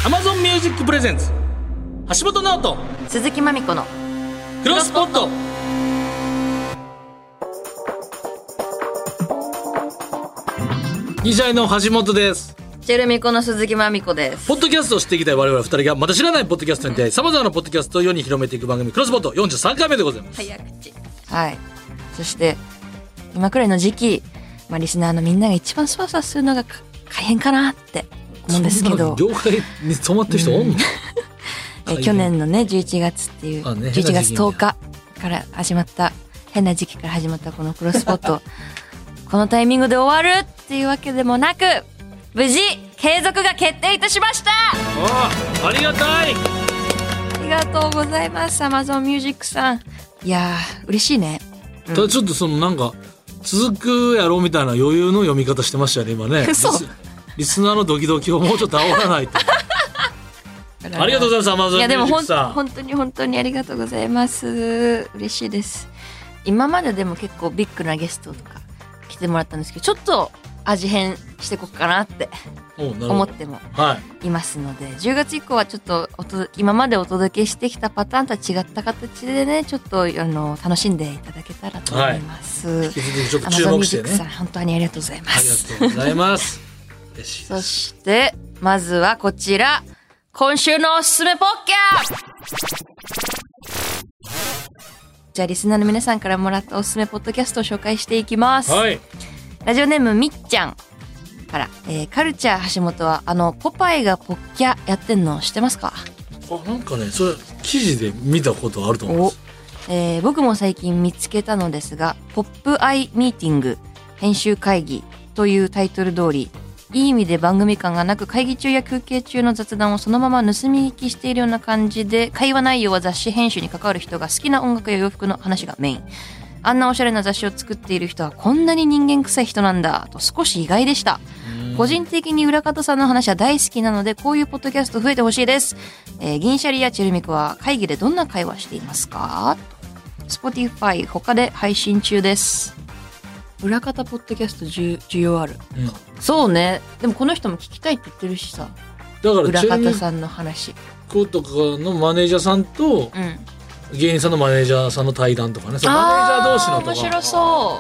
Amazon Music Presents 橋本直人鈴木まみこのクロスポット。銀シャリの橋本です。 チェルミコの鈴木まみこです。 ポッドキャストを知っていきたい我々2人がまだ知らないポッドキャストに出会い、様々なポッドキャストを世に広めていく番組クロスポット43回目でございます。 早口。はい。そして今くらいの時期、リスナーのみんなが一番そわそわするのが大変かなって思うんですけど、 業界に染まってる人おんの？ 去年のね11月っていう、11月10日から始まった変な時期から始まったこのクロスポットこのタイミングで終わるっていうわけでもなく、無事継続が決定いたしました。 ありがたい。 ありがとうございます。 Amazon Music さん、いやー嬉しいね。 ただちょっとそのなんか続くやろうみたいな余裕の読み方してましたよね今ね。リスナーのドキドキをもうちょっと煽らないとありがとうございます。 Amazon Music さん、いやでも本当にありがとうございます。嬉しいです。今まででも結構ビッグなゲストとか来てもらったんですけど、ちょっと味変していこうかなって思ってもいますので、10月以降はちょっと今までお届けしてきたパターンとは違った形でね、ちょっと楽しんでいただけたらと思います。 引き続きちょっと注目してね。 さん本当にありがとうございます。 ありがとうございます嬉しいです。 そしてまずはこちら、今週のおすすめポッキャー。じゃあリスナーの皆さんからもらったおすすめポッドキャストを紹介していきます。 はい。 ラジオネームみっちゃんから、カルチャー橋本はポパイがポッキャやってんの知ってますか？ なんかね、それ記事で見たことあると思います。 僕も最近見つけたのですが、ポップアイミーティング編集会議というタイトル通り、いい意味で番組感がなく、会議中や休憩中の雑談をそのまま盗み聞きしているような感じで、会話内容は雑誌編集に関わる人が好きな音楽や洋服の話がメイン。あんなおしゃれな雑誌を作っている人はこんなに人間臭い人なんだと少し意外でした。個人的に裏方さんの話は大好きなので、こういうポッドキャスト増えてほしいです。銀シャリやチェルミコは会議でどんな会話していますか？ Spotify 他で配信中です。裏方ポッドキャスト需要ある、そうね。でもこの人も聞きたいって言ってるしさ、 だから裏方さんの話とかのマネージャーさんと、芸人さんのマネージャーさんの対談とかね、そのマネージャー同士のとか。面白そう、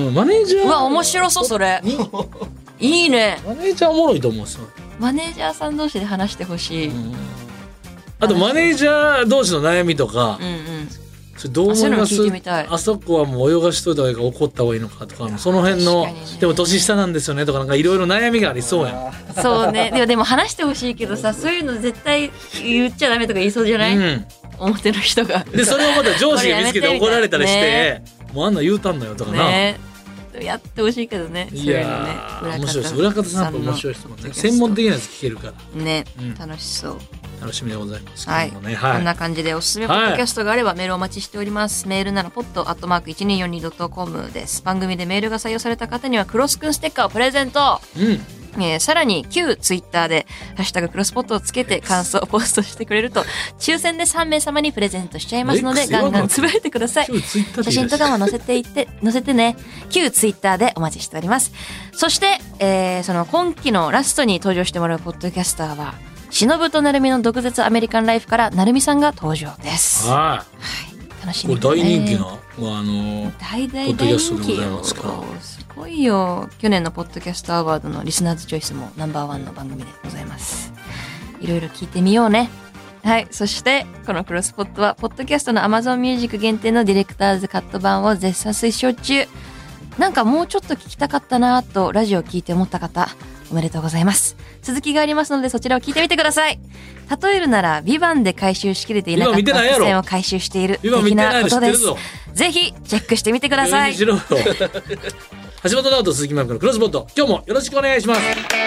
マネージャー、うわ面白そうそれいいね。 マネージャーおもろいと思うんですよ。 マネージャーさん同士で話してほしい、 あとマネージャー同士の悩みとか、それどう思います？あそこはもう泳がしといた方がいいか怒った方がいいのかとか、その辺の、でも年下なんですよねとか、なんかいろいろ悩みがありそうやん。 そうね。でも話してほしいけどさ、そういうの絶対言っちゃダメとか言いそうじゃない？表の人が。でそれをまた上司が見つけて怒られたりして、もうあんな言うたんだよとかな。 やってほしいけどね。 いやー面白いです。裏方さんも面白い人もね、専門的なやつ聞けるからね、 楽しそう。 楽しみでございます。 はい、こんな感じでおすすめポッドキャストがあればメールお待ちしております。メールならpod@1242.com です。番組でメールが採用された方にはクロスくんステッカーをプレゼント。さらに旧ツイッターでハッシュタグクロスポットをつけて感想をポストしてくれると抽選で3名様にプレゼントしちゃいますので、ガンガンつぶやいてください。写真とかも載せてね。旧ツイッターでお待ちしております。そして、その今期のラストに登場してもらうポッドキャスターは忍となるみの毒舌アメリカンライフからなるみさんが登場です。はい、楽しみですね。 これ大人気な大ポッドキャストでございますか。 すごいよ。去年のポッドキャストアワードのリスナーズチョイスもナンバーワンの番組でございます。いろいろ聞いてみようね。はい。そしてこのクロスポットはポッドキャストの Amazon Music 限定のディレクターズカット版を絶賛推奨中。なんかもうちょっと聞きたかったなとラジオを聞いて思った方、おめでとうございます。続きがありますのでそちらを聞いてみてください。例えるならビバンで回収しきれていなかった伏線を回収している的なことです。ぜひチェックしてみてください。橋本直人鈴木まみこのクロスポット、今日もよろしくお願いします。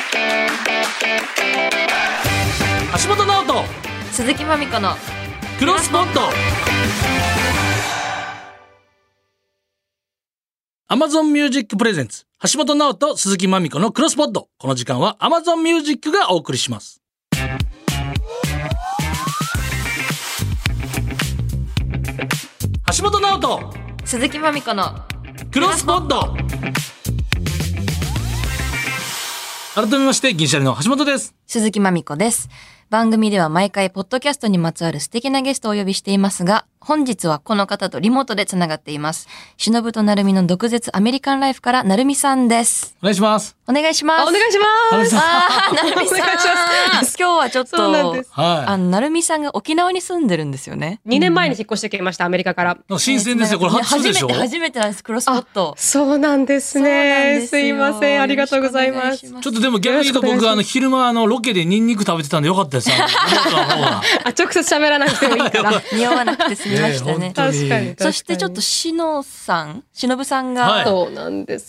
橋本直人鈴木まみこのクロスポット。Amazon Music Presents 橋本直人鈴木まみこのクロスポット。この時間は Amazon Music がお送りします。橋本直人鈴木まみこのクロスポット。改めまして銀シャリの橋本です。 鈴木まみこです。番組では毎回ポッドキャストにまつわる素敵なゲストをお呼びしていますが、本日はこの方とリモートでつながっています。しのぶとなるみの毒舌アメリカンライフからなるみさんです。 お願いします。 お願いします。 お願いします。 なるみさん。今日はちょっと、なるみさんが沖縄に住んでるんですよね。 2年前に引っ越してきました、アメリカから。 新鮮ですよ、これ初でしょ？ 初めてなんです、クロスポット。 そうなんですね。すいません、ありがとうございます。ちょっとでも逆に言うと僕、昼間ロケでニンニク食べてたんでよかったです。 直接喋らなくてもいいから。 匂わなくて済みましたね。 確かに。 そしてちょっとしのぶさんが。 そうなんです。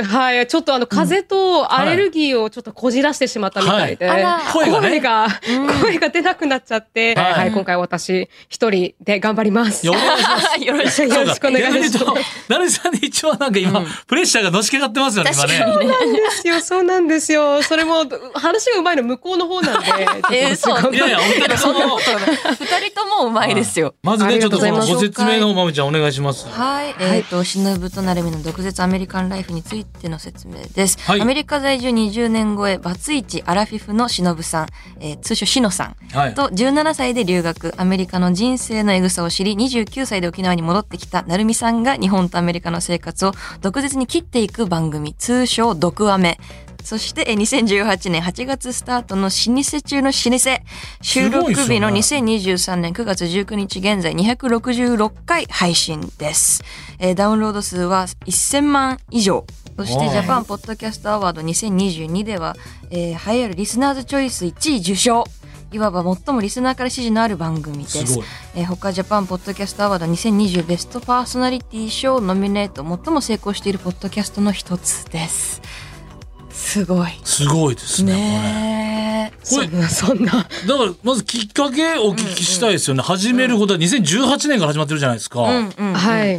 はい。ちょっと風邪とアレルギーをちょっっとこじらしてしまったみたいで、声が出なくなっちゃって、はい、今回私一人で頑張ります。 よろしくお願いします。 なるみさんに一応なんか今、プレッシャーがのしかかってますよね、今ね。そうなんですよ。それも話がうまいの向こうの方なんで。 そう。いやいや、二人ともうまいですよ。 まずね、ちょっとご説明のまみちゃんお願いします。 はい。しのぶとなるみの毒舌アメリカンライフについての説明です。アメリカ在住20年超え、バツイチアラフィフのしのぶさん、通称しのさんと17歳で留学、アメリカの人生のエグさを知り、29歳で沖縄に戻ってきたなるみさんが日本とアメリカの生活を毒舌に切っていく番組、通称毒アメ。そして2018年8月スタートの老舗中の老舗、収録日の2023年9月19日現在266回配信です。ダウンロード数は1000万以上。そしてジャパンポッドキャストアワード2022では、栄えあるリスナーズチョイス1位受賞。いわば最もリスナーから支持のある番組です。他ジャパンポッドキャストアワード2020ベストパーソナリティ賞ノミネート最も成功しているポッドキャストの一つです。すごいですね。 これそんな。だからまずきっかけお聞きしたいですよね。始めることは2018年から始まってるじゃないですか。はい。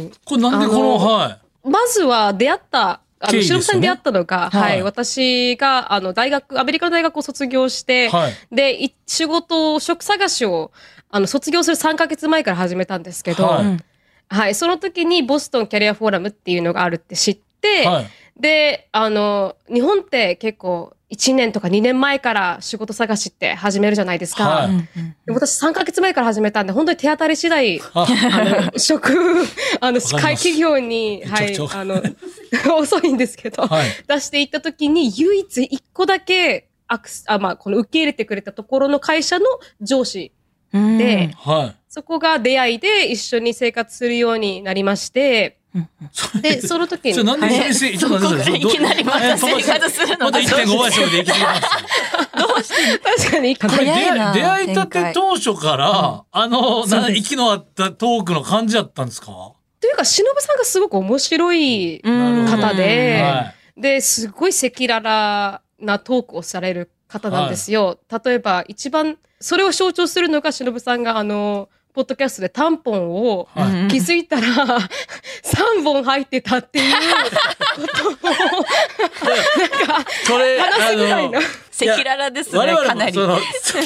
これなんでまずは出会った。しのぶさんに出会ったのが、私が、アメリカの大学を卒業して、で、職探しを、卒業する3ヶ月前から始めたんですけど、その時にボストンキャリアフォーラムっていうのがあるって知って、で、日本って結構1年とか2年前から仕事探しって始めるじゃないですか。私3ヶ月前から始めたんで、本当に手当たり次第、企業に、遅いんですけど、出していった時に唯一1個だけ、この受け入れてくれたところの会社の上司で、そこが出会いで一緒に生活するようになりまして、で、その時に。 なんでいきなりまた生活するのまた 1.5 倍速でいきなります。 どうして確かに。 出会いたて当初から、息の合ったトークの感じだったんですか？ というか、しのぶさんがすごく面白い方で、で、すごい赤裸々なトークをされる方なんですよ。例えば、一番、それを象徴するのがしのぶさんがポッドキャストでタンポンを気づいたら3本入ってたっていうことをなんかそれ話すぐらいの赤裸々ですね。かなり我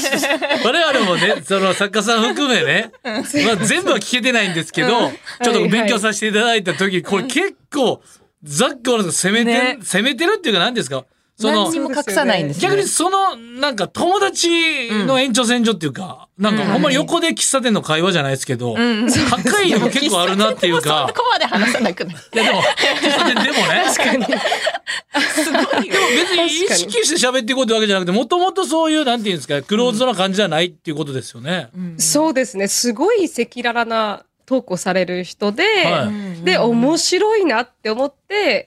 々もね作家さん含めね、全部は聞けてないんですけどちょっと勉強させていただいた時これ結構ざっくり攻めてるっていうか何ですか？ 何にも隠さないんですね。 逆になんか友達の延長線上っていうか、なんかほんまに横で喫茶店の会話じゃないですけど、高いのも結構あるなっていうか。 そこまで話さなくない。 いやでも、喫茶店でもね。 確かに。 すごい。でも別に意識して喋っていこうってわけじゃなくて、もともとそういう、なんていうんですか、クローズドな感じじゃないっていうことですよね。 そうですね。すごい赤裸々なトークをされる人で、で、面白いなって思って、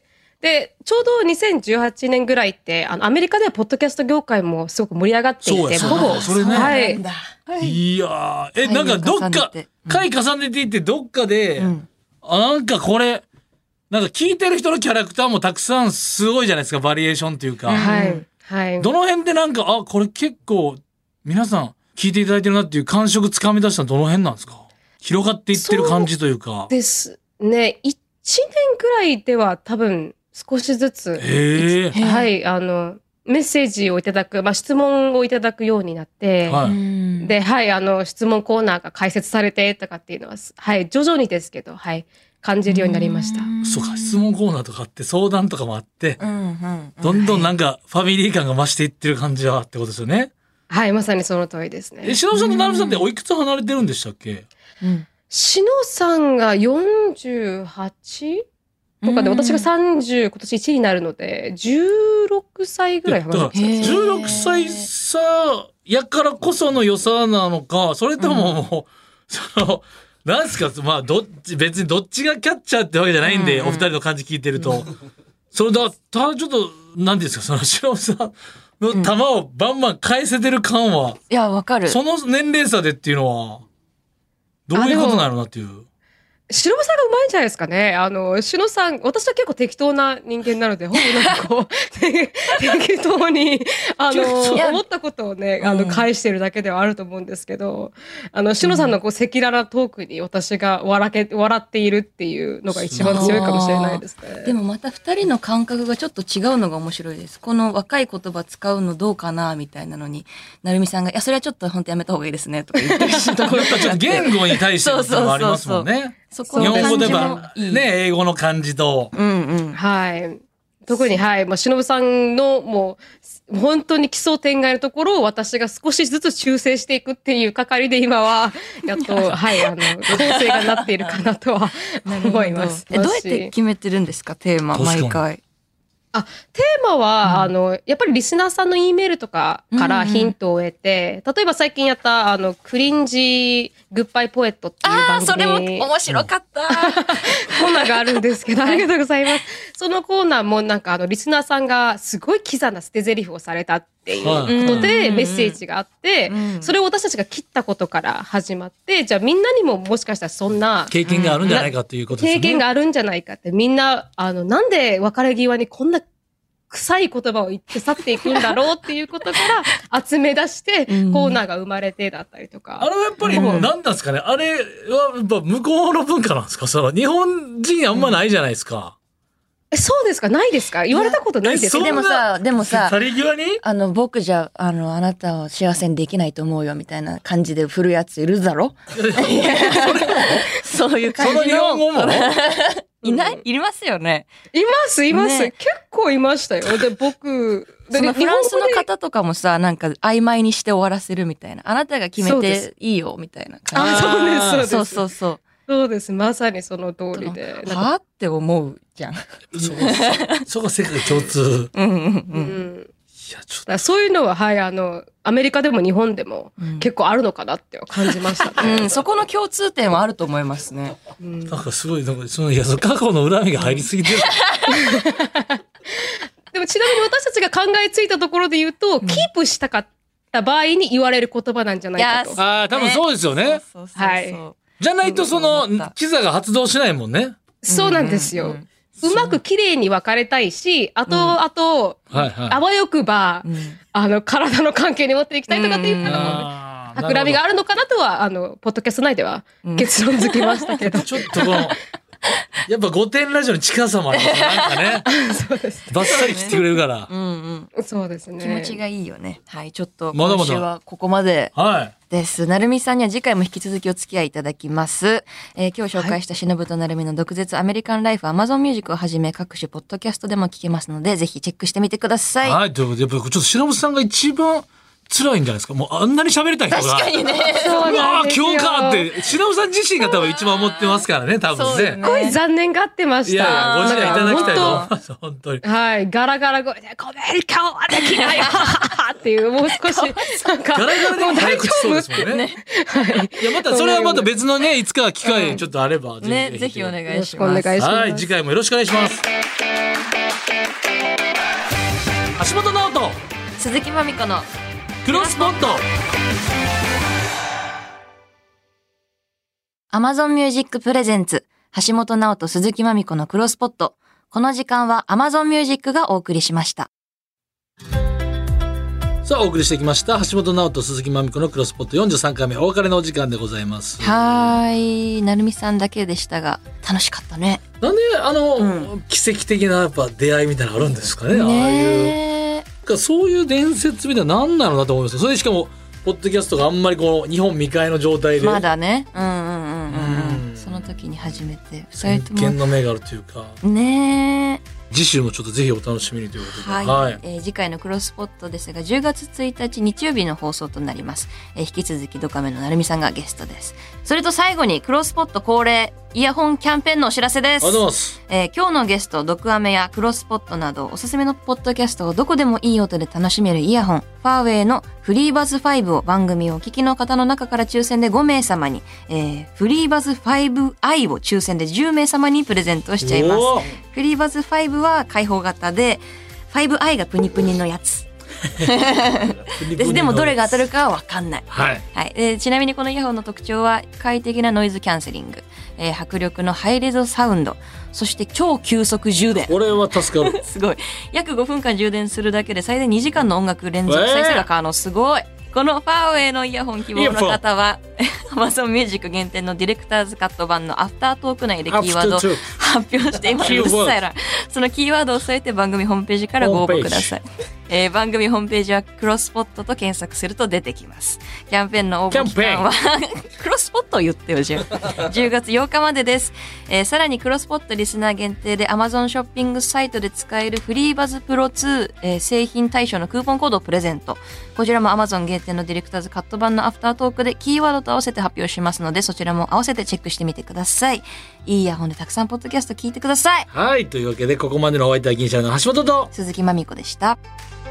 で、ちょうど2018年ぐらいって、アメリカではポッドキャスト業界もすごく盛り上がっていて、 それね。いやー、なんかどっか、回重ねていってどっかで、なんかこれ、なんか聞いてる人のキャラクターもたくさんすごいじゃないですか、バリエーションっていうか。どの辺でなんか、これ結構、皆さん聞いていただいてるなっていう感触つかみ出したのどの辺なんですか？広がっていってる感じというか。 そうですね。1年くらいでは多分、少しずつ、メッセージをいただく、質問をいただくようになって、で、質問コーナーが開設されてとかっていうのは、徐々にですけど、 感じるようになりました。 そうか、質問コーナーとかあって相談とかもあって、どんどんなんかファミリー感が増していってる感じはってことですよね。 はい、まさにその通りですね。 しのぶさんとなるみさんっておいくつ離れてるんでしたっけ？ しのさんが48とかで、私が30、今年1になるので、16歳ぐらい離れてます。 16歳差やからこその良さなのか、それとももう、なんすか、まあ、別にどっちがキャッチャーってわけじゃないんで、お二人の感じ聞いてると。それだ、ちょっと、なんですか、しのぶさんの球をバンバン返せてる感は。 いや、わかる。 その年齢差でっていうのは、どういうことなのなっていう。 しのぶさんがうまいんじゃないですかね。しのさん、私は結構適当な人間なので、ほんとなんかこう、適当に、思ったことをね、返してるだけではあると思うんですけど、しのさんのこう、赤裸々トークに私が笑っているっていうのが一番強いかもしれないですね。 でもまた二人の感覚がちょっと違うのが面白いです。この若い言葉使うのどうかなみたいなのに、なるみさんが、いや、それはちょっと本当やめた方がいいですね、とか言ってるし、ところちょっと言語に対してのこともありますもんね。 そこの日本語ではね、英語の漢字と。 はい。特に、はい。まあ、しのぶさんのもう、本当に奇想天外のところを私が少しずつ修正していくっていう係で今は、やっと、はい、構成がなっているかなとは思います。 どうやって決めてるんですか、テーマ、毎回。 テーマは、やっぱりリスナーさんの E メールとかからヒントを得て、例えば最近やった、クリンジグッバイポエットっていう番組。 それも面白かった。 コーナーがあるんですけど、ありがとうございます。そのコーナーもなんかリスナーさんがすごいキザな捨て台詞をされたっていうことでメッセージがあって、それを私たちが切ったことから始まって、じゃあみんなにももしかしたらそんな経験があるんじゃないかということですね。 経験があるんじゃないかって、みんな、なんで別れ際にこんな臭い言葉を言って去っていくんだろうっていうことから集め出してコーナーが生まれてだったりとか。 あれはやっぱり何なんですかね、あれはやっぱ向こうの文化なんですか？日本人あんまないじゃないですか。 そうですか？ないですか？言われたことないですか？ でもさ、 去り際に僕じゃ、あなたを幸せにできないと思うよみたいな感じで振るやついるだろそういう感じの。 その日本語もいますよね。 います。ね、結構いましたよ。で、僕、 そのフランスの方とかもさ、なんか曖昧にして終わらせるみたいな。あなたが決めていいよみたいな感じ。 そうです。 そう。 そうです。まさにその通りで。 はって思うじゃん。 そこが世界共通。 いやちょっとそういうのは、はい、アメリカでも日本でも結構あるのかなって感じましたね。 そこの共通点はあると思いますね。 なんかすごい、過去の恨みが入りすぎてる。 でもちなみに私たちが考えついたところで言うと、キープしたかった場合に言われる言葉なんじゃないかと。 多分そうですよね。 はい。 じゃないとキザが発動しないもんね。 そうなんですよ。うまく綺麗に別れたいし、あと、あわよくば、体の関係に持っていきたいとかっていう企みがあるのかなとは、ポッドキャスト内では結論付けましたけど。 ちょっとやっぱ御殿ラジオに近さもありますね。なんかね。そうです。バッサリ切ってくれるから。 そうですね。 気持ちがいいよね。はい、ちょっと今週はここまでです。なるみさんには次回も引き続きお付き合いいただきます。今日紹介したしのぶとなるみの毒舌アメリカンライフ、Amazon Music をはじめ各種ポッドキャストでも聞けますので、ぜひチェックしてみてください。 はい、ということで、やっぱりちょっとしのぶさんが一番辛いんじゃないですか。もうあんなに喋りたい人が。 確かにね。 そうなんですよ。 今日かって、しのぶさん自身が多分一番思ってますからね、多分ね。 すごい残念がってました。 いや、ご指導いただきたいと思います、本当に。 はい、ガラガラ声で、コメリカはできないよっていう、もう少し、なんか、 ガラガラでも早口そうですもんね。はい。いや、また、それはまた別のね、いつか機会ちょっとあれば、 ね、ぜひお願いします。 よろしくお願いします。 はい、次回もよろしくお願いします。橋本直人、 鈴木まみこのクロスポット。 Amazon Music Presents 橋本直人鈴木まみこのクロスポット。この時間は Amazon Music がお送りしました。 さあお送りしてきました橋本直人鈴木まみこのクロスポット43回目お別れのお時間でございます。 はい、なるみさんだけでしたが楽しかったね。 なんで奇跡的なやっぱ出会いみたいなのあるんですかね。ああいうそういう伝説みたいな何なのだと思います。それでしかもポッドキャストがあんまりこう日本未開の状態でまだね。その時に始めて、 先見の目があるというかねえ。 次週もちょっとぜひお楽しみにということで、 はい、次回のクロスポットですが10月1日日曜日の放送となります。引き続きドカメのなるみさんがゲストです。それと最後にクロスポット恒例イヤホンキャンペーンのお知らせです。 ありがとうございます。 今日のゲストドクアメやクロスポットなどおすすめのポッドキャストをどこでもいい音で楽しめるイヤホンファーウェイのフリーバズ5を番組をお聞きの方の中から抽選で5名様に、フリーバズ 5i を抽選で10名様にプレゼントしちゃいます。フリーバズ5は開放型で 5i がプニプニのやつでもどれが当たるかは分かんない、 はいはい。ちなみにこのイヤホンの特徴は快適なノイズキャンセリング、迫力のハイレゾサウンド、そして超急速充電。 これは助かるすごい。約5分間充電するだけで最大2時間の音楽連続再生が可能。すごい。このファーウェイのイヤホン希望の方は Amazon Music 限定のディレクターズカット版のアフタートーク内でキーワードを発表しています。そのキーワードを添えて番組ホームページからご応募ください。番組ホームページはクロスポットと検索すると出てきます。キャンペーンの応募期間はクロスポットを言ってよじゃあ10月8日までです。さらにクロスポットリスナー限定で Amazon ショッピングサイトで使えるフリーバズプロ2、製品対象のクーポンコードをプレゼント。こちらも Amazon 限定のディレクターズカット版のアフタートークでキーワードと合わせて発表しますので、そちらも合わせてチェックしてみてください。いいイヤホンでたくさんポッドキャスト聞いてください。 はい、というわけでここまでのお相手は銀シャリの橋本と鈴木まみこでした。